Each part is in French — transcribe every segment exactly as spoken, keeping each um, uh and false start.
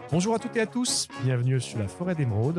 Bonjour à toutes et à tous, bienvenue sur La Forêt d'Émeraude,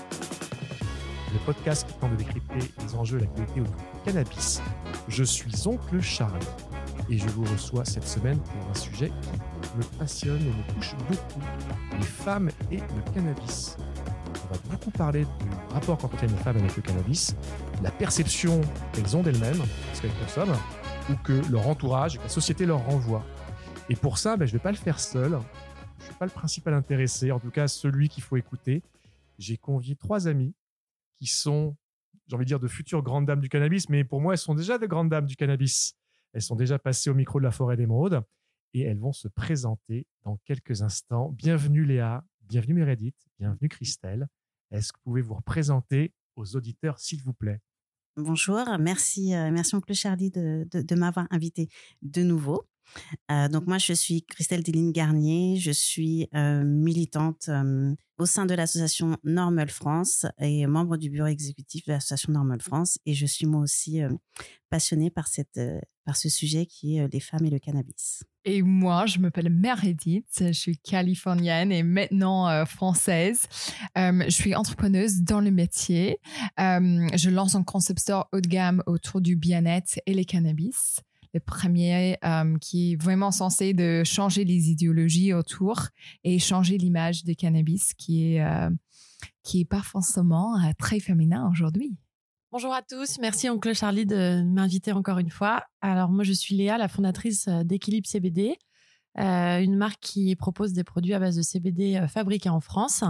le podcast qui tente de décrypter les enjeux et l'actualité autour du cannabis. Je suis Oncle Charlie et je vous reçois cette semaine pour un sujet qui me passionne et me touche beaucoup, les femmes et le cannabis. On va beaucoup parler du rapport qu'entretiennent les femmes avec le cannabis, la perception qu'elles ont d'elles-mêmes, ce qu'elles consomment, ou que leur entourage, que la société leur renvoie. Et pour ça, ben, je ne vais pas le faire seul. Je ne suis pas le principal intéressé, en tout cas celui qu'il faut écouter. J'ai convié trois amies qui sont, j'ai envie de dire, de futures grandes dames du cannabis, mais pour moi, elles sont déjà de grandes dames du cannabis. Elles sont déjà passées au micro de La Forêt d'Émeraude et elles vont se présenter dans quelques instants. Bienvenue Léa, bienvenue Meredith, bienvenue Christelle. Est-ce que vous pouvez vous représenter aux auditeurs, s'il vous plaît? Bonjour, merci, euh, merci Oncle Charlie de, de, de m'avoir invité de nouveau. Euh, donc moi, je suis Christelle Deline Garnier, je suis euh, militante euh, au sein de l'association Normal France et membre du bureau exécutif de l'association Normal France. Et je suis moi aussi euh, passionnée par, cette, euh, par ce sujet qui est euh, les femmes et le cannabis. Et moi, je m'appelle Meredith, je suis californienne et maintenant euh, française. Euh, je suis entrepreneuse dans le métier. Euh, je lance un concept store haut de gamme autour du bien-être et les cannabis. Le premier euh, qui est vraiment censé de changer les idéologies autour et changer l'image du cannabis qui est, euh, qui est pas forcément euh, très féminin aujourd'hui. Bonjour à tous, merci Oncle Charlie de m'inviter encore une fois. Alors moi je suis Léa, la fondatrice d'Équilibre C B D, euh, une marque qui propose des produits à base de C B D fabriqués en France.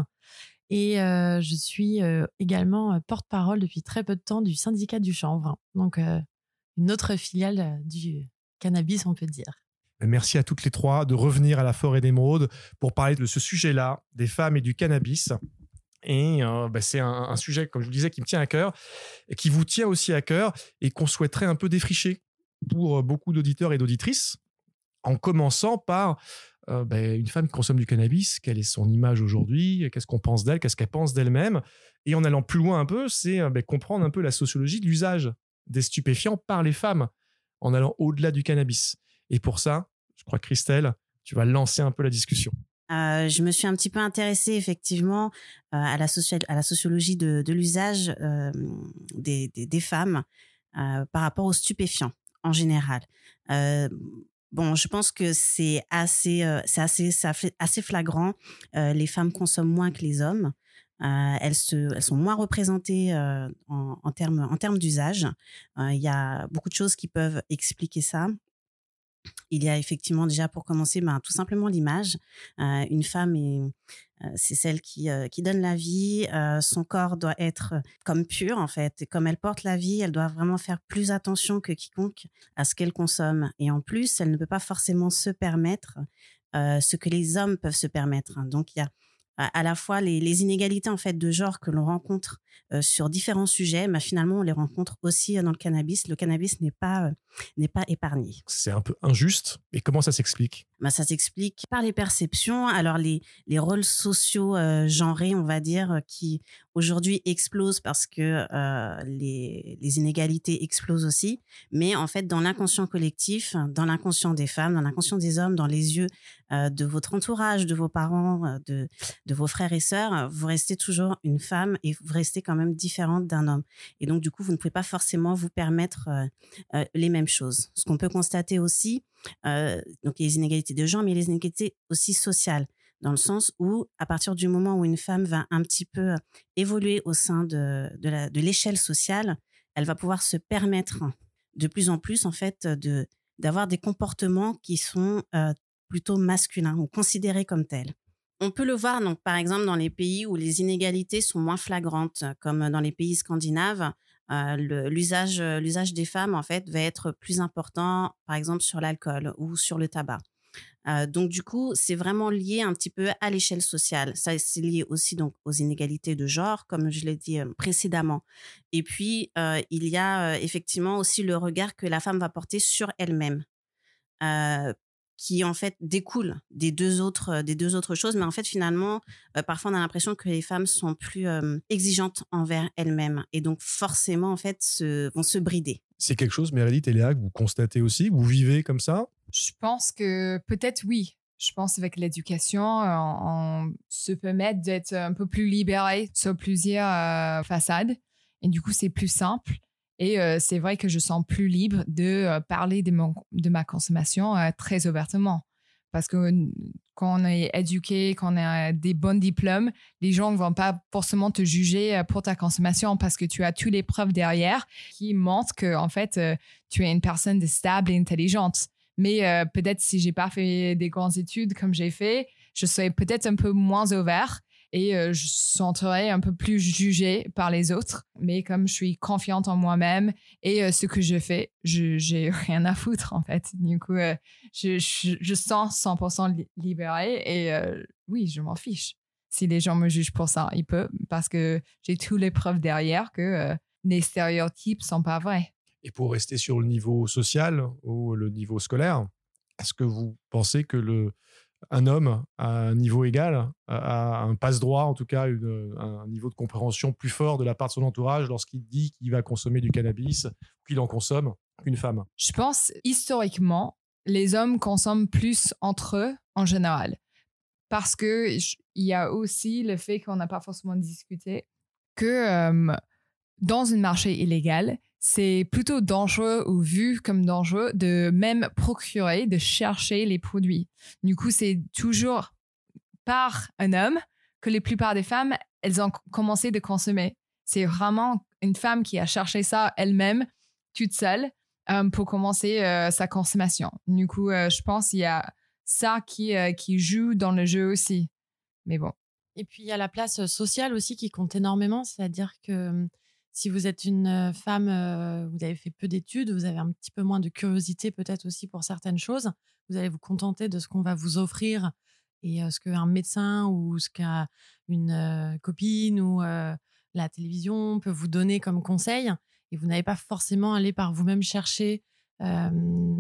Et euh, je suis euh, également porte-parole depuis très peu de temps du syndicat du chanvre, donc euh, une autre filiale du cannabis on peut dire. Merci à toutes les trois de revenir à La Forêt d'Émeraude pour parler de ce sujet-là, des femmes et du cannabis. Et euh, bah, c'est un, un sujet, comme je vous disais, qui me tient à cœur, et qui vous tient aussi à cœur et qu'on souhaiterait un peu défricher pour beaucoup d'auditeurs et d'auditrices, en commençant par euh, bah, une femme qui consomme du cannabis, quelle est son image aujourd'hui, qu'est-ce qu'on pense d'elle, qu'est-ce qu'elle pense d'elle-même, et en allant plus loin un peu, c'est euh, bah, comprendre un peu la sociologie de l'usage des stupéfiants par les femmes, en allant au-delà du cannabis. Et pour ça, je crois que Christelle, tu vas lancer un peu la discussion. Euh, je me suis un petit peu intéressée effectivement euh, à, la soci- à la sociologie de, de l'usage euh, des, des, des femmes euh, par rapport aux stupéfiants en général. Euh, bon, je pense que c'est assez, euh, c'est assez, c'est assez flagrant. Euh, les femmes consomment moins que les hommes. Euh, elles, se, elles sont moins représentées euh, en, en termes en termes d'usage. Euh, il y a beaucoup de choses qui peuvent expliquer ça. Il y a effectivement déjà pour commencer ben, tout simplement l'image. Euh, une femme, est, euh, c'est celle qui, euh, qui donne la vie. Euh, son corps doit être comme pur en fait. Et comme elle porte la vie, elle doit vraiment faire plus attention que quiconque à ce qu'elle consomme. Et en plus, elle ne peut pas forcément se permettre euh, ce que les hommes peuvent se permettre. Donc il y a à la fois les, les inégalités en fait de genre que l'on rencontre euh, sur différents sujets, mais finalement on les rencontre aussi euh, dans le cannabis. Le cannabis n'est pas euh, n'est pas épargné. C'est un peu injuste. Et comment ça s'explique? Ben, ça s'explique par les perceptions. Alors les les rôles sociaux euh, genrés, on va dire, qui aujourd'hui explosent parce que euh, les les inégalités explosent aussi. Mais en fait, dans l'inconscient collectif, dans l'inconscient des femmes, dans l'inconscient des hommes, dans les yeux euh, de votre entourage, de vos parents, de de vos frères et sœurs, vous restez toujours une femme et vous restez quand même différente d'un homme. Et donc, du coup, vous ne pouvez pas forcément vous permettre euh, euh, les mêmes choses. Ce qu'on peut constater aussi, euh, donc il y a les inégalités de genre, mais il y a les inégalités aussi sociales, dans le sens où, à partir du moment où une femme va un petit peu évoluer au sein de, de, la, de l'échelle sociale, elle va pouvoir se permettre de plus en plus, en fait, de, d'avoir des comportements qui sont euh, plutôt masculins ou considérés comme tels. On peut le voir, donc, par exemple, dans les pays où les inégalités sont moins flagrantes, comme dans les pays scandinaves, euh, le, l'usage, l'usage des femmes, en fait, va être plus important, par exemple, sur l'alcool ou sur le tabac. Euh, donc, du coup, c'est vraiment lié un petit peu à l'échelle sociale. Ça, c'est lié aussi donc aux inégalités de genre, comme je l'ai dit euh, précédemment. Et puis, euh, il y a euh, effectivement aussi le regard que la femme va porter sur elle-même. Euh, qui en fait découle des deux autres des deux autres choses, mais en fait finalement euh, parfois on a l'impression que les femmes sont plus euh, exigeantes envers elles-mêmes et donc forcément en fait se, vont se brider. C'est quelque chose, Meredith et Léa, que vous constatez aussi, que vous vivez comme ça? Je pense que peut-être oui. je pense avec l'éducation, on, on se permet d'être un peu plus libéré sur plusieurs euh, façades. Et du coup, c'est plus simple. Et euh, c'est vrai que je sens plus libre de euh, parler de, mon, de ma consommation euh, très ouvertement. Parce que quand on est éduqué, quand on a des bons diplômes, les gens ne vont pas forcément te juger pour ta consommation parce que tu as toutes les preuves derrière qui montrent que, en fait, euh, tu es une personne stable et intelligente. Mais euh, peut-être si j'ai pas fait des grandes études comme j'ai fait, je serais peut-être un peu moins ouvert et euh, je sentirais un peu plus jugée par les autres. Mais comme je suis confiante en moi-même et euh, ce que je fais, je j'ai rien à foutre en fait. Du coup, euh, je, je, je sens cent pour cent li- libérée et euh, oui, je m'en fiche. Si les gens me jugent pour ça, ils peuvent parce que j'ai toutes les preuves derrière que euh, les stéréotypes sont pas vrais. Et pour rester sur le niveau social ou le niveau scolaire, est-ce que vous pensez que le, un homme à un niveau égal a un passe-droit, en tout cas une, un niveau de compréhension plus fort de la part de son entourage lorsqu'il dit qu'il va consommer du cannabis ou qu'il en consomme qu'une femme? Je pense, historiquement, les hommes consomment plus entre eux en général. Parce qu'il y a aussi le fait qu'on n'a pas forcément discuté que euh, dans un marché illégal, c'est plutôt dangereux ou vu comme dangereux de même procurer, de chercher les produits. Du coup, c'est toujours par un homme que la plupart des femmes, elles ont commencé de consommer. C'est vraiment une femme qui a cherché ça elle-même, toute seule, euh, pour commencer euh, sa consommation. Du coup, euh, je pense qu'il y a ça qui, euh, qui joue dans le jeu aussi. Mais bon. Et puis, il y a la place sociale aussi qui compte énormément. C'est-à-dire que si vous êtes une femme, euh, vous avez fait peu d'études, vous avez un petit peu moins de curiosité peut-être aussi pour certaines choses, vous allez vous contenter de ce qu'on va vous offrir et euh, ce qu'un médecin ou ce qu'une euh, copine ou euh, la télévision peut vous donner comme conseil. Et vous n'allez pas forcément aller par vous-même chercher euh,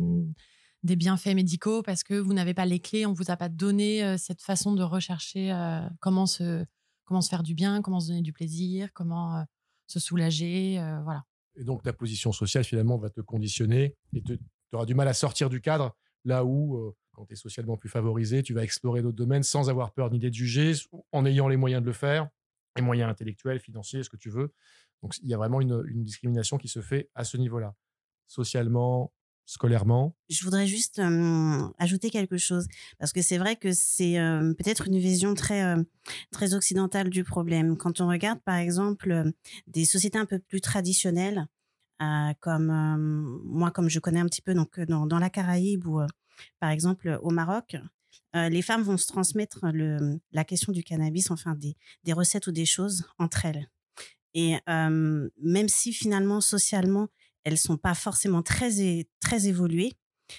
des bienfaits médicaux parce que vous n'avez pas les clés, on ne vous a pas donné euh, cette façon de rechercher euh, comment, se, comment se faire du bien, comment se donner du plaisir, comment... Euh, se soulager, euh, voilà. Et donc, ta position sociale, finalement, va te conditionner et tu auras du mal à sortir du cadre, là où, euh, quand tu es socialement plus favorisé, tu vas explorer d'autres domaines sans avoir peur ni d'être jugé, en ayant les moyens de le faire, les moyens intellectuels, financiers, ce que tu veux. Donc, il y a vraiment une, une discrimination qui se fait à ce niveau-là, socialement, scolairement. Je voudrais juste euh, ajouter quelque chose parce que c'est vrai que c'est euh, peut-être une vision très euh, très occidentale du problème. Quand on regarde par exemple euh, des sociétés un peu plus traditionnelles, euh, comme euh, moi, comme je connais un petit peu donc dans, dans la Caraïbe ou euh, par exemple au Maroc, euh, les femmes vont se transmettre le, la question du cannabis, enfin des des recettes ou des choses entre elles. Et euh, même si finalement socialement elles sont pas forcément très é- très évoluées,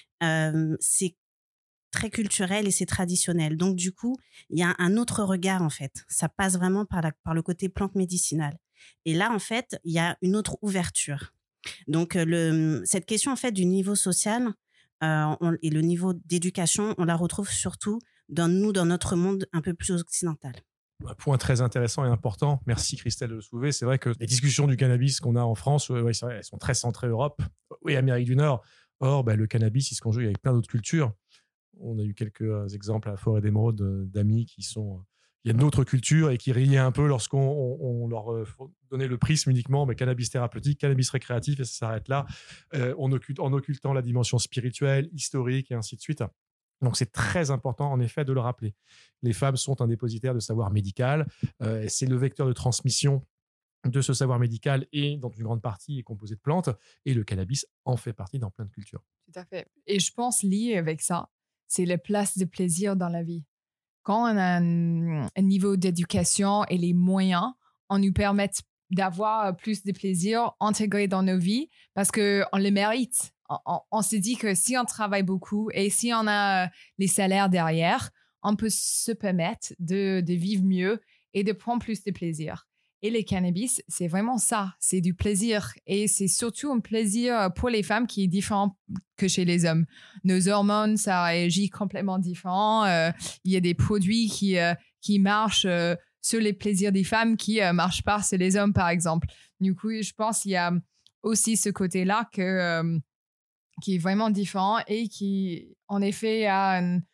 euh, c'est très culturel et c'est traditionnel. Donc du coup, il y a un autre regard en fait. Ça passe vraiment par la, par le côté plante médicinale. Et là en fait, il y a une autre ouverture. Donc le cette question en fait du niveau social euh, on, et le niveau d'éducation, on la retrouve surtout dans nous dans notre monde un peu plus occidental. Un point très intéressant et important. Merci Christelle de le soulever. C'est vrai que les discussions du cannabis qu'on a en France, ouais, c'est vrai, elles sont très centrées Europe et Amérique du Nord. Or, bah, le cannabis, il se conjugue avec plein d'autres cultures. On a eu quelques exemples à la Forêt d'Émeraude d'amis qui sont il y a d'autres cultures et qui riaient un peu lorsqu'on on, on leur donnait le prisme uniquement mais cannabis thérapeutique, cannabis récréatif et ça s'arrête là, euh, en, occulte, en occultant la dimension spirituelle, historique et ainsi de suite. Donc, c'est très important, en effet, de le rappeler. Les femmes sont un dépositaire de savoir médical. Euh, c'est le vecteur de transmission de ce savoir médical et, dans une grande partie, est composé de plantes. Et le cannabis en fait partie dans plein de cultures. Tout à fait. Et je pense, lié avec ça, c'est la place de plaisir dans la vie. Quand on a un, un niveau d'éducation et les moyens, on nous permet d'avoir plus de plaisir intégré dans nos vies parce qu'on le mérite. On, on se dit que si on travaille beaucoup et si on a les salaires derrière, on peut se permettre de, de vivre mieux et de prendre plus de plaisir. Et le cannabis, c'est vraiment ça, c'est du plaisir. Et c'est surtout un plaisir pour les femmes qui est différent que chez les hommes. Nos hormones, ça réagit complètement différent. Euh, il y a des produits qui, euh, qui marchent euh, sur les plaisirs des femmes qui ne euh, marchent pas chez les hommes, par exemple. Du coup, je pense qu'il y a aussi ce côté-là que... Euh, qui est vraiment différent et qui, en effet, a un,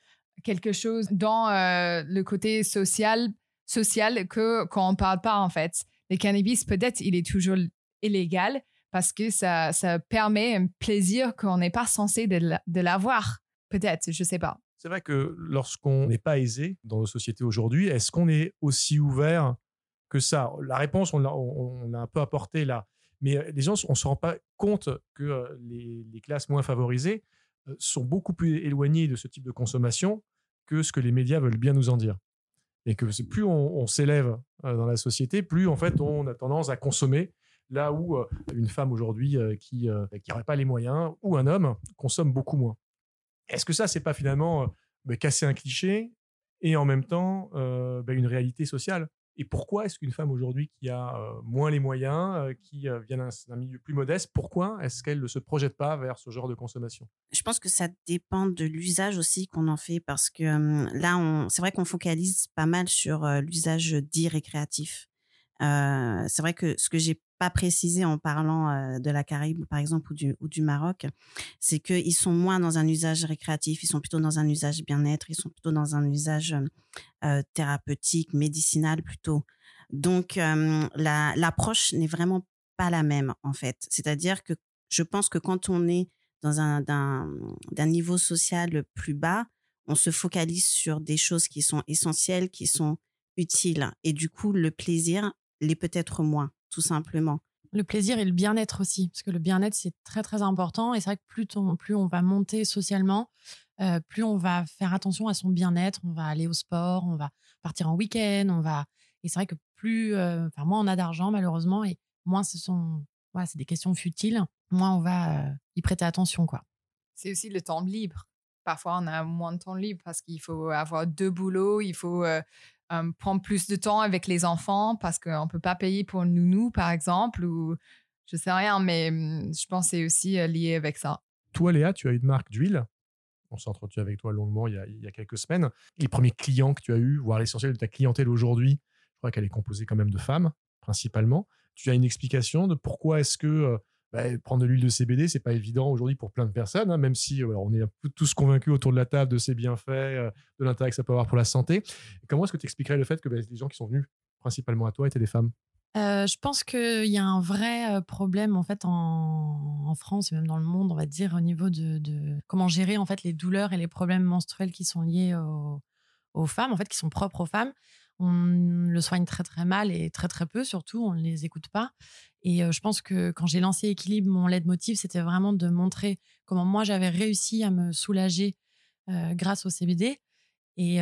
quelque chose dans euh, le côté social, social que qu'on ne parle pas en fait. Le cannabis, peut-être, il est toujours illégal parce que ça, ça permet un plaisir qu'on n'est pas censé de, de l'avoir. Peut-être, je ne sais pas. C'est vrai que lorsqu'on n'est pas aisé dans nos sociétés aujourd'hui, est-ce qu'on est aussi ouvert que ça? La réponse, on l'a, on l'a un peu apportée là. Mais les gens, on ne se rend pas compte que les, les classes moins favorisées sont beaucoup plus éloignées de ce type de consommation que ce que les médias veulent bien nous en dire. Et que plus on, on s'élève dans la société, plus en fait on a tendance à consommer, là où une femme aujourd'hui qui n'aurait pas les moyens ou un homme consomme beaucoup moins. Est-ce que ça, c'est pas finalement bah, casser un cliché et en même temps euh, bah, une réalité sociale? Et pourquoi est-ce qu'une femme aujourd'hui qui a euh, moins les moyens, euh, qui euh, vient d'un, d'un milieu plus modeste, pourquoi est-ce qu'elle ne se projette pas vers ce genre de consommation? Je pense que ça dépend de l'usage aussi qu'on en fait parce que euh, là, on, c'est vrai qu'on focalise pas mal sur euh, l'usage dit récréatif. Euh, c'est vrai que ce que j'ai pas précisé en parlant euh, de la Caraïbe, par exemple, ou du, ou du Maroc, c'est qu'ils sont moins dans un usage récréatif, ils sont plutôt dans un usage bien-être, ils sont plutôt dans un usage euh, thérapeutique, médicinal plutôt. Donc, euh, la, l'approche n'est vraiment pas la même, en fait. C'est-à-dire que je pense que quand on est dans un d'un, d'un niveau social plus bas, on se focalise sur des choses qui sont essentielles, qui sont utiles. Et du coup, le plaisir l'est peut-être moins, tout simplement. Le plaisir et le bien-être aussi, parce que le bien-être, c'est très, très important. Et c'est vrai que plus, ton, plus on va monter socialement, euh, plus on va faire attention à son bien-être. On va aller au sport, on va partir en week-end, on va... Et c'est vrai que plus... Euh, enfin, moins on a d'argent, malheureusement, et moins ce sont... Ouais, c'est des questions futiles, moins on va euh, y prêter attention, quoi. C'est aussi le temps libre. Parfois, on a moins de temps libre parce qu'il faut avoir deux boulots, il faut... Euh, Um, prendre plus de temps avec les enfants parce qu'on ne peut pas payer pour le nounou, par exemple, ou je ne sais rien, mais um, je pense que c'est aussi uh, lié avec ça. Toi, Léa, tu as une marque d'huile. On s'est entretenu avec toi longuement il y, a, il y a quelques semaines. Les premiers clients que tu as eus, voire l'essentiel de ta clientèle aujourd'hui, je crois qu'elle est composée quand même de femmes, principalement. Tu as une explication de pourquoi est-ce que euh, bah, prendre de l'huile de C B D, c'est pas évident aujourd'hui pour plein de personnes, hein, même si alors, on est tous convaincus autour de la table de ses bienfaits, euh, de l'intérêt que ça peut avoir pour la santé. Et comment est-ce que tu expliquerais le fait que bah, les gens qui sont venus principalement à toi étaient des femmes? Euh, je pense qu'il y a un vrai problème en fait en, en France et même dans le monde, on va dire, au niveau de, de comment gérer en fait les douleurs et les problèmes menstruels qui sont liés aux, aux femmes, en fait, qui sont propres aux femmes. On le soigne très très mal et très très peu, surtout on ne les écoute pas. Et euh, je pense que quand j'ai lancé Équilibre, mon leitmotiv, c'était vraiment de montrer comment moi j'avais réussi à me soulager euh, grâce au C B D. Et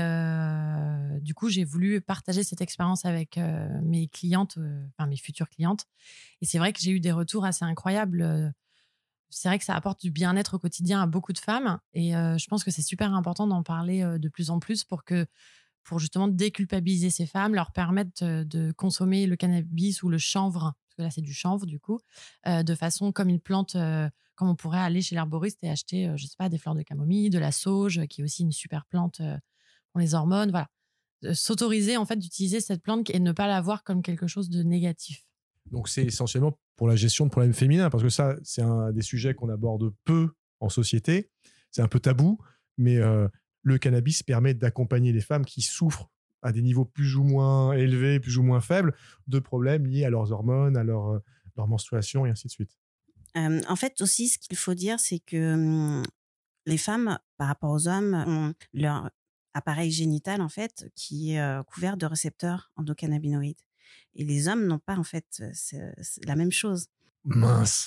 euh, du coup, j'ai voulu partager cette expérience avec euh, mes clientes, euh, enfin mes futures clientes. Et c'est vrai que j'ai eu des retours assez incroyables. C'est vrai que ça apporte du bien-être au quotidien à beaucoup de femmes. Et euh, je pense que c'est super important d'en parler euh, de plus en plus pour que pour justement déculpabiliser ces femmes, leur permettre de consommer le cannabis ou le chanvre, parce que là, c'est du chanvre, du coup, euh, de façon comme une plante, euh, comme on pourrait aller chez l'herboriste et acheter, euh, je sais pas, des fleurs de camomille, de la sauge, qui est aussi une super plante euh, pour les hormones, voilà. Euh, s'autoriser, en fait, d'utiliser cette plante et ne pas la voir comme quelque chose de négatif. Donc, c'est essentiellement pour la gestion de problèmes féminins, parce que ça, c'est un des sujets qu'on aborde peu en société. C'est un peu tabou, mais... Euh, le cannabis permet d'accompagner les femmes qui souffrent à des niveaux plus ou moins élevés, plus ou moins faibles, de problèmes liés à leurs hormones, à leur, leur menstruation et ainsi de suite. Euh, en fait, aussi, ce qu'il faut dire, c'est que hum, les femmes, par rapport aux hommes, ont leur appareil génital, en fait, qui est euh, couvert de récepteurs endocannabinoïdes. Et les hommes n'ont pas, en fait, c'est, c'est la même chose. Mince.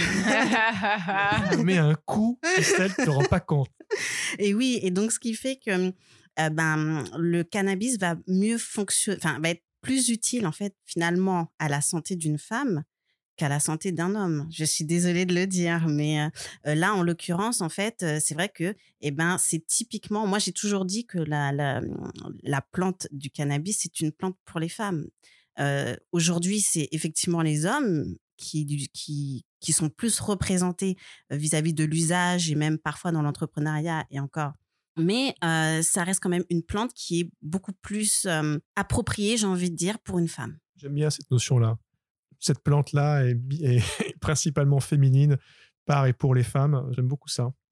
Mais un coup, Christelle, tu ne te rends pas compte. Et oui, et donc ce qui fait que euh, ben, le cannabis va mieux fonctionner, enfin, va être plus utile, en fait, finalement, à la santé d'une femme qu'à la santé d'un homme. Je suis désolée de le dire, mais euh, là, en l'occurrence, en fait, euh, c'est vrai que eh ben, c'est typiquement... Moi, j'ai toujours dit que la, la, la plante du cannabis, c'est une plante pour les femmes. Euh, aujourd'hui, c'est effectivement les hommes qui, qui, qui sont plus représentés vis-à-vis de l'usage et même parfois dans l'entrepreneuriat et encore. Mais euh, ça reste quand même une plante qui est beaucoup plus euh, appropriée, j'ai envie de dire, pour une femme. J'aime bien cette notion-là. Cette plante-là est, est principalement féminine, par et pour les femmes. J'aime beaucoup ça.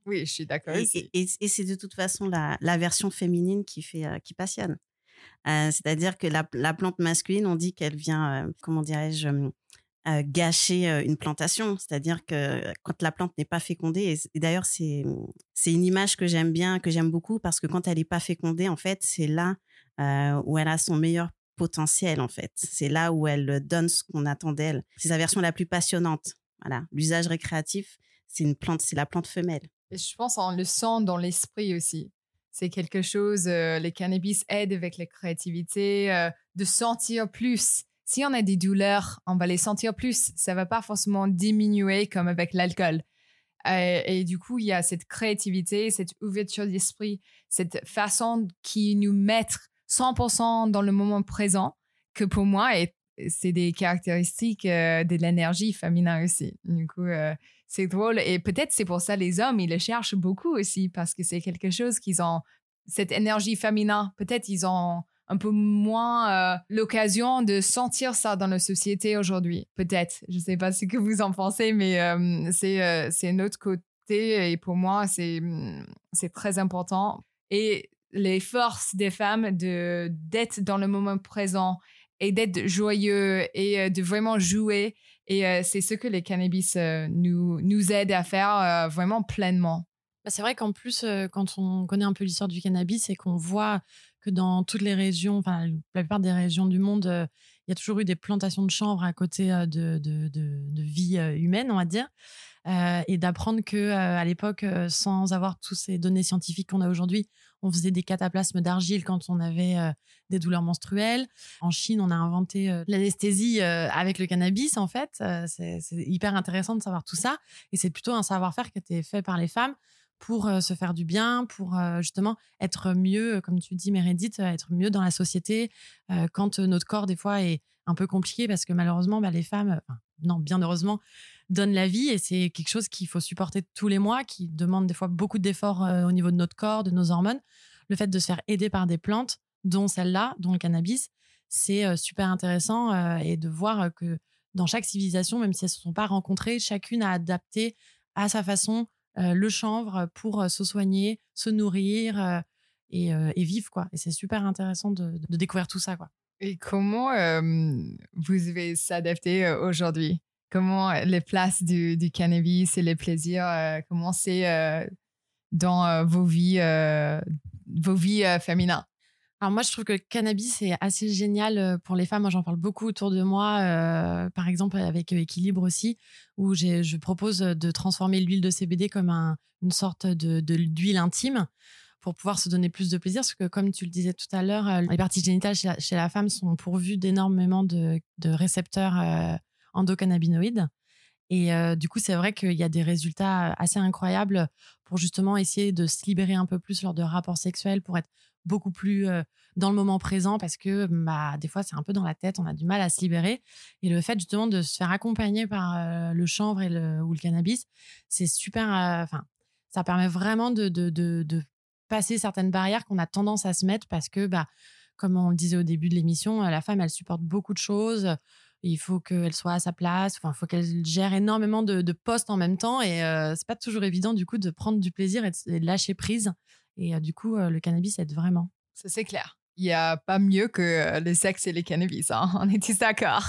Oui, je suis d'accord Et, aussi. et, et c'est de toute façon la, la version féminine qui, fait, euh, qui passionne. Euh, c'est-à-dire que la, la plante masculine, on dit qu'elle vient, euh, comment dirais-je, euh, gâcher euh, une plantation. C'est-à-dire que quand la plante n'est pas fécondée, et, et d'ailleurs, c'est, c'est une image que j'aime bien, que j'aime beaucoup, parce que quand elle n'est pas fécondée, en fait, c'est là euh, où elle a son meilleur potentiel, en fait. C'est là où elle donne ce qu'on attend d'elle. C'est sa version la plus passionnante. Voilà. L'usage récréatif, c'est une plante, c'est la plante femelle. Et je pense qu'on le sent dans l'esprit aussi. C'est quelque chose, euh, les cannabis aident avec la créativité, euh, de sentir plus. Si on a des douleurs, on va les sentir plus. Ça ne va pas forcément diminuer comme avec l'alcool. Euh, et du coup, il y a cette créativité, cette ouverture d'esprit, cette façon qui nous met cent pour cent dans le moment présent, que pour moi, est, c'est des caractéristiques euh, de l'énergie féminin aussi. Du coup, euh, c'est drôle. Et peut-être c'est pour ça les hommes, ils le cherchent beaucoup aussi, parce que c'est quelque chose qu'ils ont, cette énergie féminin, peut-être ils ont un peu moins euh, l'occasion de sentir ça dans la société aujourd'hui. Peut-être. Je ne sais pas ce que vous en pensez, mais euh, c'est, euh, c'est un autre côté. Et pour moi, c'est, c'est très important. Et les forces des femmes de, d'être dans le moment présent et d'être joyeux et de vraiment jouer. Et euh, c'est ce que les cannabis euh, nous, nous aident à faire euh, vraiment pleinement. Bah, c'est vrai qu'en plus, euh, quand on connaît un peu l'histoire du cannabis et qu'on voit que dans toutes les régions, enfin la plupart des régions du monde, il euh, y a toujours eu des plantations de chanvre à côté euh, de, de, de, de vie euh, humaine, on va dire. Euh, et d'apprendre que euh, à l'époque, euh, sans avoir toutes ces données scientifiques qu'on a aujourd'hui, on faisait des cataplasmes d'argile quand on avait euh, des douleurs menstruelles. En Chine, on a inventé euh, l'anesthésie euh, avec le cannabis, en fait. Euh, c'est, c'est hyper intéressant de savoir tout ça. Et c'est plutôt un savoir-faire qui était fait par les femmes pour euh, se faire du bien, pour euh, justement être mieux, comme tu dis, Meredith, être mieux dans la société euh, quand notre corps, des fois, est un peu compliqué parce que malheureusement, bah, les femmes, enfin, non, bien heureusement, donnent la vie et c'est quelque chose qu'il faut supporter tous les mois, qui demande des fois beaucoup d'efforts euh, au niveau de notre corps, de nos hormones. Le fait de se faire aider par des plantes, dont celle-là, dont le cannabis, c'est euh, super intéressant euh, et de voir euh, que dans chaque civilisation, même si elles ne se sont pas rencontrées, chacune a adapté à sa façon euh, le chanvre pour euh, se soigner, se nourrir euh, et, euh, et vivre, quoi. Et c'est super intéressant de, de, de découvrir tout ça, quoi. Et comment euh, vous devez s'adapter euh, aujourd'hui? Comment les places du, du cannabis et les plaisirs, euh, comment c'est euh, dans euh, vos vies, euh, vos vies euh, féminines? Alors moi, je trouve que le cannabis est assez génial pour les femmes. Moi, j'en parle beaucoup autour de moi, euh, par exemple avec Équilibre aussi, où j'ai, je propose de transformer l'huile de C B D comme un, une sorte de, de, d'huile intime pour pouvoir se donner plus de plaisir. Parce que comme tu le disais tout à l'heure, les parties génitales chez la, chez la femme sont pourvues d'énormément de, de récepteurs euh, endocannabinoïdes. Et euh, du coup, c'est vrai qu'il y a des résultats assez incroyables pour justement essayer de se libérer un peu plus lors de rapports sexuels, pour être beaucoup plus euh, dans le moment présent, parce que bah, des fois, c'est un peu dans la tête, on a du mal à se libérer. Et le fait justement de se faire accompagner par euh, le chanvre et le, ou le cannabis, c'est super... Enfin, euh, ça permet vraiment de, de, de, de passer certaines barrières qu'on a tendance à se mettre parce que, bah, comme on le disait au début de l'émission, la femme, elle supporte beaucoup de choses. Il faut qu'elle soit à sa place, enfin, il faut qu'elle gère énormément de, de postes en même temps et euh, c'est pas toujours évident du coup de prendre du plaisir et de, et de lâcher prise. Et euh, du coup, euh, le cannabis aide vraiment. Ça, c'est clair. Il n'y a pas mieux que le sexe et les cannabis, hein. On est tous d'accord.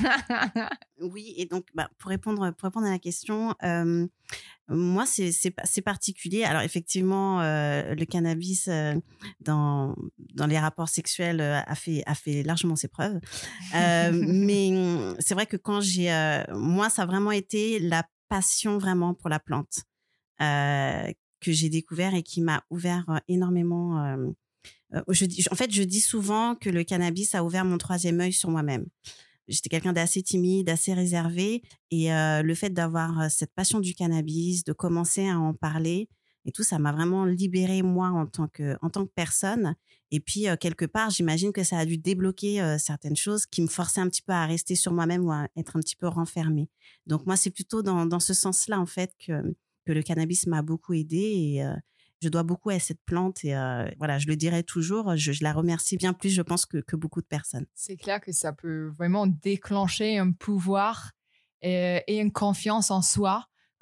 Oui, et donc bah, pour, répondre, pour répondre à la question, euh, moi, c'est, c'est, c'est particulier. Alors effectivement, euh, le cannabis euh, dans, dans les rapports sexuels euh, a, fait, a fait largement ses preuves. Euh, mais c'est vrai que quand j'ai... Euh, moi, ça a vraiment été la passion vraiment pour la plante euh, que j'ai découvert et qui m'a ouvert énormément... Euh, Je dis, en fait, je dis souvent que le cannabis a ouvert mon troisième œil sur moi-même. J'étais quelqu'un d'assez timide, assez réservé. Et euh, le fait d'avoir cette passion du cannabis, de commencer à en parler et tout, ça m'a vraiment libérée, moi, en tant que, en tant que personne. Et puis, euh, quelque part, j'imagine que ça a dû débloquer euh, certaines choses qui me forçaient un petit peu à rester sur moi-même ou à être un petit peu renfermée. Donc, moi, c'est plutôt dans, dans ce sens-là, en fait, que, que le cannabis m'a beaucoup aidée et... Euh, je dois beaucoup à cette plante et euh, voilà, je le dirai toujours. Je, je la remercie bien plus, je pense, que, que beaucoup de personnes. C'est clair que ça peut vraiment déclencher un pouvoir et, et une confiance en soi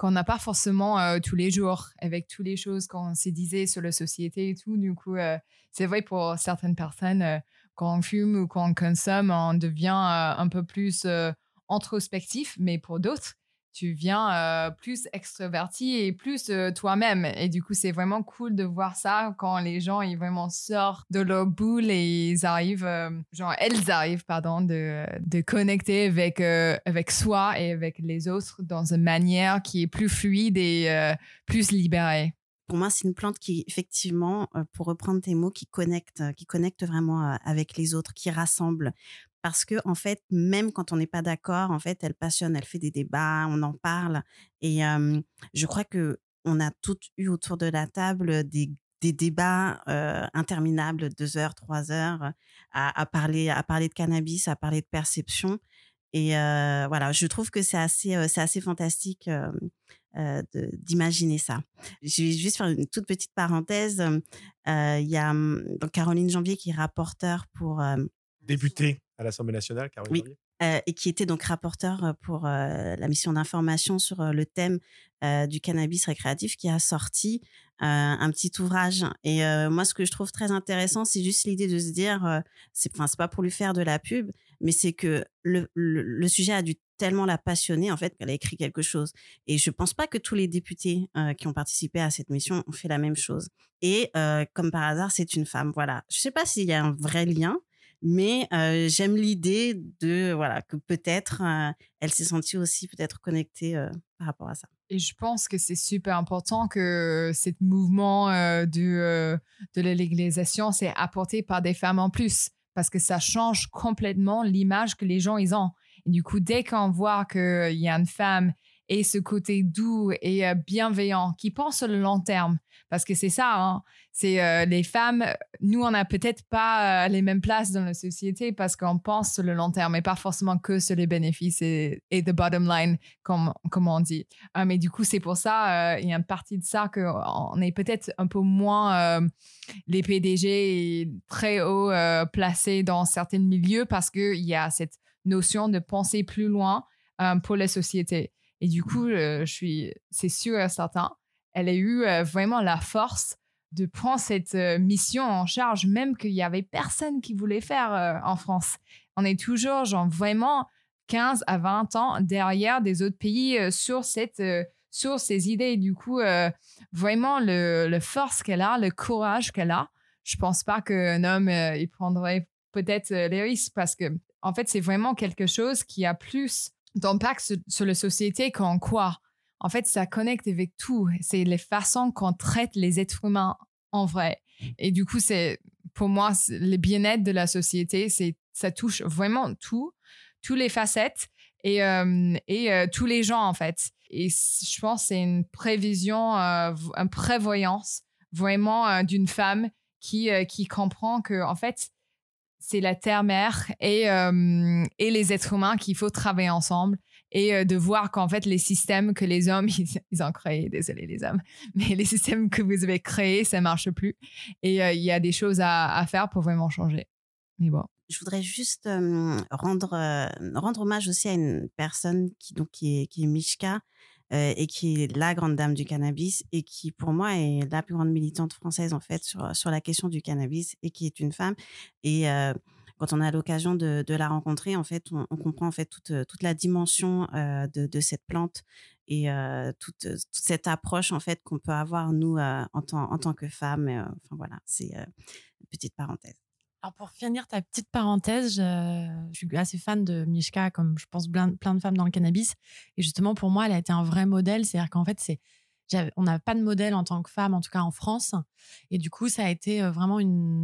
qu'on n'a pas forcément euh, tous les jours, avec toutes les choses qu'on se disait sur la société et tout. Du coup, euh, c'est vrai pour certaines personnes, euh, quand on fume ou quand on consomme, on devient euh, un peu plus euh, introspectif, mais pour d'autres, tu viens euh, plus extraverti et plus euh, toi-même. Et du coup, c'est vraiment cool de voir ça quand les gens, ils vraiment sortent de leur boule et ils arrivent, euh, genre, elles arrivent, pardon, de, de connecter avec, euh, avec soi et avec les autres dans une manière qui est plus fluide et euh, plus libérée. Pour moi, c'est une plante qui, effectivement, euh, pour reprendre tes mots, qui connecte, qui connecte vraiment euh, avec les autres, qui rassemble. Parce que, en fait, même quand on n'est pas d'accord, en fait, elle passionne, elle fait des débats, on en parle. Et euh, je crois que on a toutes eu autour de la table des, des débats euh, interminables, deux heures, trois heures, à, à parler, à parler de cannabis, à parler de perception. Et euh, voilà, je trouve que c'est assez, euh, c'est assez fantastique euh, euh, de, d'imaginer ça. Je vais juste faire une toute petite parenthèse. Euh, Il y a donc Caroline Janvier qui est rapporteure pour euh, Députée à l'Assemblée nationale, Caroline oui, Janvier. Euh, et qui était donc rapporteur pour euh, la mission d'information sur euh, le thème euh, du cannabis récréatif, qui a sorti euh, un petit ouvrage. Et euh, moi, ce que je trouve très intéressant, c'est juste l'idée de se dire, euh, c'est, enfin, c'est pas pour lui faire de la pub, mais c'est que le, le, le sujet a dû tellement la passionner, en fait, qu'elle a écrit quelque chose. Et je pense pas que tous les députés euh, qui ont participé à cette mission ont fait la même chose. Et euh, comme par hasard, c'est une femme. Voilà. Je sais pas s'il y a un vrai lien, mais euh, j'aime l'idée de voilà que peut-être euh, elle s'est sentie aussi peut-être connectée euh, par rapport à ça. Et je pense que c'est super important que ce mouvement euh, de, euh, de la légalisation c'est apporté par des femmes en plus, parce que ça change complètement l'image que les gens ils ont. Et du coup, dès qu'on voit qu'il y a une femme et ce côté doux et euh, bienveillant qui pense sur le long terme, parce que c'est ça, hein, c'est euh, les femmes, nous on n'a peut-être pas euh, les mêmes places dans la société parce qu'on pense sur le long terme et pas forcément que sur les bénéfices et, et the bottom line, comme, comme on dit. Euh, mais du coup, c'est pour ça, euh, il y a une partie de ça qu'on est peut-être un peu moins euh, les P D G et très haut euh, placés dans certains milieux parce qu'il y a cette notion de penser plus loin euh, pour la société. Et du coup, euh, je suis, c'est sûr et certain, elle a eu euh, vraiment la force de prendre cette euh, mission en charge, même qu'il n'y avait personne qui voulait faire euh, en France. On est toujours genre vraiment quinze à vingt ans derrière des autres pays euh, sur, cette, euh, sur ces idées. Et du coup, euh, vraiment, le, le force qu'elle a, le courage qu'elle a, je ne pense pas qu'un homme euh, il prendrait peut-être euh, les risques parce que, en fait, c'est vraiment quelque chose qui a plus d'impact sur, sur la société qu'en quoi. En fait, ça connecte avec tout. C'est les façons qu'on traite les êtres humains en vrai. Et du coup, c'est, pour moi, c'est le bien-être de la société, c'est, ça touche vraiment tout, toutes les facettes et, euh, et euh, tous les gens, en fait. Et je pense que c'est une prévision, euh, une prévoyance vraiment euh, d'une femme qui, euh, qui comprend que, en fait, c'est la terre-mère et, euh, et les êtres humains qu'il faut travailler ensemble et euh, de voir qu'en fait, les systèmes que les hommes, ils, ils ont créés, désolé les hommes, mais les systèmes que vous avez créés, ça ne marche plus. Et euh, il y a des choses à, à faire pour vraiment changer. Mais bon. Je voudrais juste euh, rendre, euh, rendre hommage aussi à une personne qui, donc, qui, est, qui est Mishka euh, et qui est la grande dame du cannabis et qui, pour moi, est la plus grande militante française, en fait, sur, sur la question du cannabis et qui est une femme. Et euh, quand on a l'occasion de, de la rencontrer, en fait, on, on comprend en fait toute, toute la dimension euh, de, de cette plante et euh, toute, toute cette approche, en fait, qu'on peut avoir, nous, euh, en, tant, en tant que femmes. Euh, enfin, voilà, c'est euh, une petite parenthèse. Alors pour finir ta petite parenthèse, je, je suis assez fan de Mishka, comme je pense plein, plein de femmes dans le cannabis. Et justement, pour moi, elle a été un vrai modèle. C'est-à-dire qu'en fait, c'est, on n'a pas de modèle en tant que femme, en tout cas en France. Et du coup, ça a été vraiment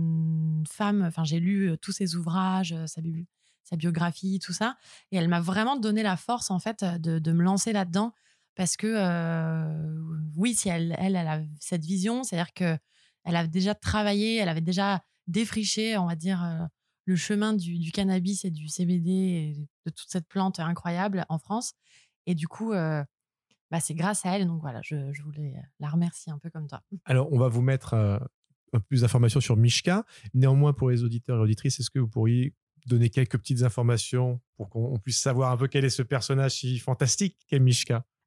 une femme. Enfin, j'ai lu tous ses ouvrages, sa, sa biographie, tout ça. Et elle m'a vraiment donné la force, en fait, de, de me lancer là-dedans. Parce que, euh, oui, si elle, elle, elle a cette vision, c'est-à-dire qu'elle avait déjà travaillé, elle avait déjà défricher, on va dire, euh, le chemin du, du cannabis et du C B D et de toute cette plante incroyable en France. Et du coup, euh, bah, c'est grâce à elle. Donc voilà, je, je voulais la remercier un peu comme toi. Alors, on va vous mettre euh, un peu plus d'informations sur Mishka. Néanmoins, pour les auditeurs et auditrices, est-ce que vous pourriez donner quelques petites informations pour qu'on puisse savoir un peu quel est ce personnage si fantastique qu'est Mishka ?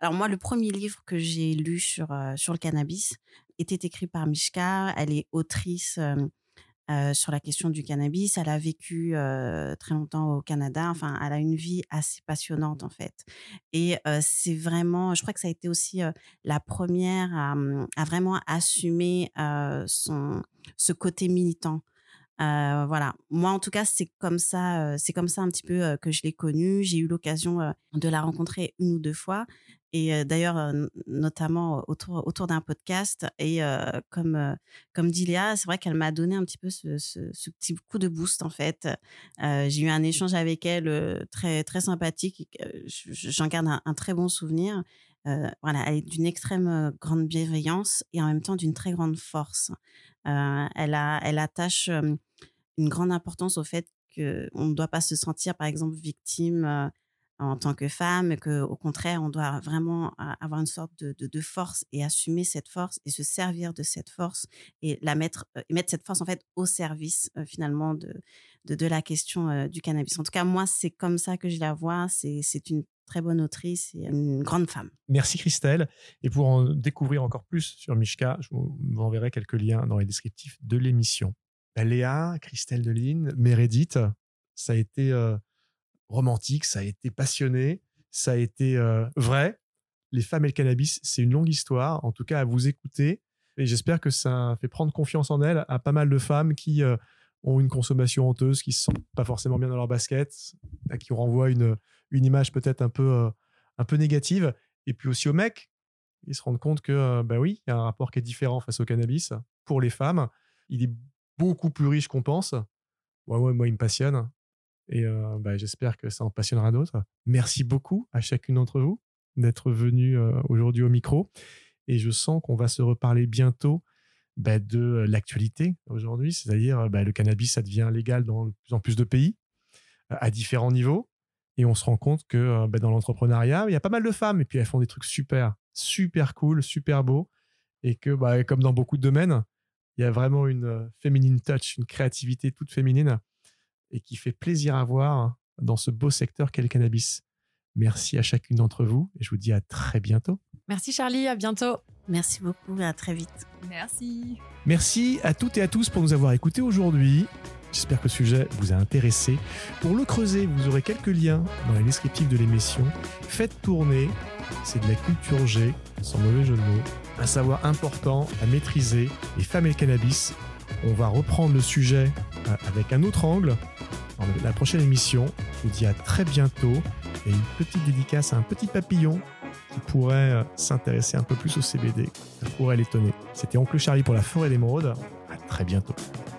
Alors moi, le premier livre que j'ai lu sur, euh, sur le cannabis était écrit par Mishka. Elle est autrice euh, euh, sur la question du cannabis. Elle a vécu euh, très longtemps au Canada. Enfin, elle a une vie assez passionnante en fait. Et euh, c'est vraiment, je crois que ça a été aussi euh, la première à, à vraiment assumer euh, son, ce côté militant. Euh, voilà. Moi, en tout cas, c'est comme ça, euh, c'est comme ça un petit peu euh, que je l'ai connue. J'ai eu l'occasion euh, de la rencontrer une ou deux fois, et euh, d'ailleurs, euh, notamment autour autour d'un podcast. Et euh, comme euh, comme dit Léa, c'est vrai qu'elle m'a donné un petit peu ce, ce, ce petit coup de boost en fait. Euh, j'ai eu un échange avec elle euh, très très sympathique. Et, euh, j'en garde un, un très bon souvenir. Euh, voilà, elle est d'une extrême euh, grande bienveillance et en même temps d'une très grande force. Euh, elle a, elle attache euh, une grande importance au fait qu'on ne doit pas se sentir, par exemple, victime euh, en tant que femme, que au contraire, on doit vraiment avoir une sorte de, de, de force et assumer cette force et se servir de cette force et la mettre, euh, et mettre cette force en fait au service euh, finalement de, de, de la question euh, du cannabis. En tout cas, moi, c'est comme ça que je la vois. C'est, c'est une très bonne autrice et une grande femme. Merci Christelle. Et pour en découvrir encore plus sur Mishka, je vous enverrai quelques liens dans les descriptifs de l'émission. Ben, Léa, Christelle Deline, Meredith, ça a été euh, romantique, ça a été passionné, ça a été euh, vrai. Les femmes et le cannabis, c'est une longue histoire, en tout cas à vous écouter. Et j'espère que ça fait prendre confiance en elles à pas mal de femmes qui euh, ont une consommation honteuse, qui ne se sentent pas forcément bien dans leur basket, à qui on renvoie une, une image peut-être un peu, euh, un peu négative. Et puis aussi aux mecs, ils se rendent compte que, euh, bah oui, il y a un rapport qui est différent face au cannabis. Pour les femmes, il est beaucoup plus riche qu'on pense. Ouais, ouais, moi, il me passionne. Et euh, bah, j'espère que ça en passionnera d'autres. Merci beaucoup à chacune d'entre vous d'être venu euh, aujourd'hui au micro. Et je sens qu'on va se reparler bientôt bah, de l'actualité aujourd'hui. C'est-à-dire, bah, le cannabis, ça devient légal dans de plus en plus de pays, euh, à différents niveaux. Et on se rend compte que euh, bah, dans l'entrepreneuriat, il y a pas mal de femmes. Et puis, elles font des trucs super, super cool, super beaux. Et que, bah, comme dans beaucoup de domaines, il y a vraiment une euh, féminine touch, une créativité toute féminine et qui fait plaisir à voir dans ce beau secteur qu'est le cannabis. Merci à chacune d'entre vous et je vous dis à très bientôt. Merci Charlie, à bientôt. Merci beaucoup et à très vite. Merci. Merci à toutes et à tous pour nous avoir écoutés aujourd'hui. J'espère que le sujet vous a intéressé. Pour le creuser, vous aurez quelques liens dans les descriptifs de l'émission. Faites tourner, c'est de la culture G, sans mauvais jeu de mots. Un savoir important à maîtriser, les femmes et le cannabis. On va reprendre le sujet avec un autre angle dans la prochaine émission. Je vous dis à très bientôt et une petite dédicace à un petit papillon qui pourrait s'intéresser un peu plus au C B D. Ça pourrait l'étonner. C'était Oncle Charlie pour la Forêt d'Émeraude. À très bientôt.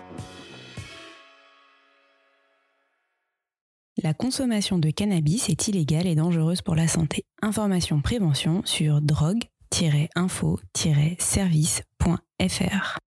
La consommation de cannabis est illégale et dangereuse pour la santé. Information prévention sur drogue tiret info tiret service point f r.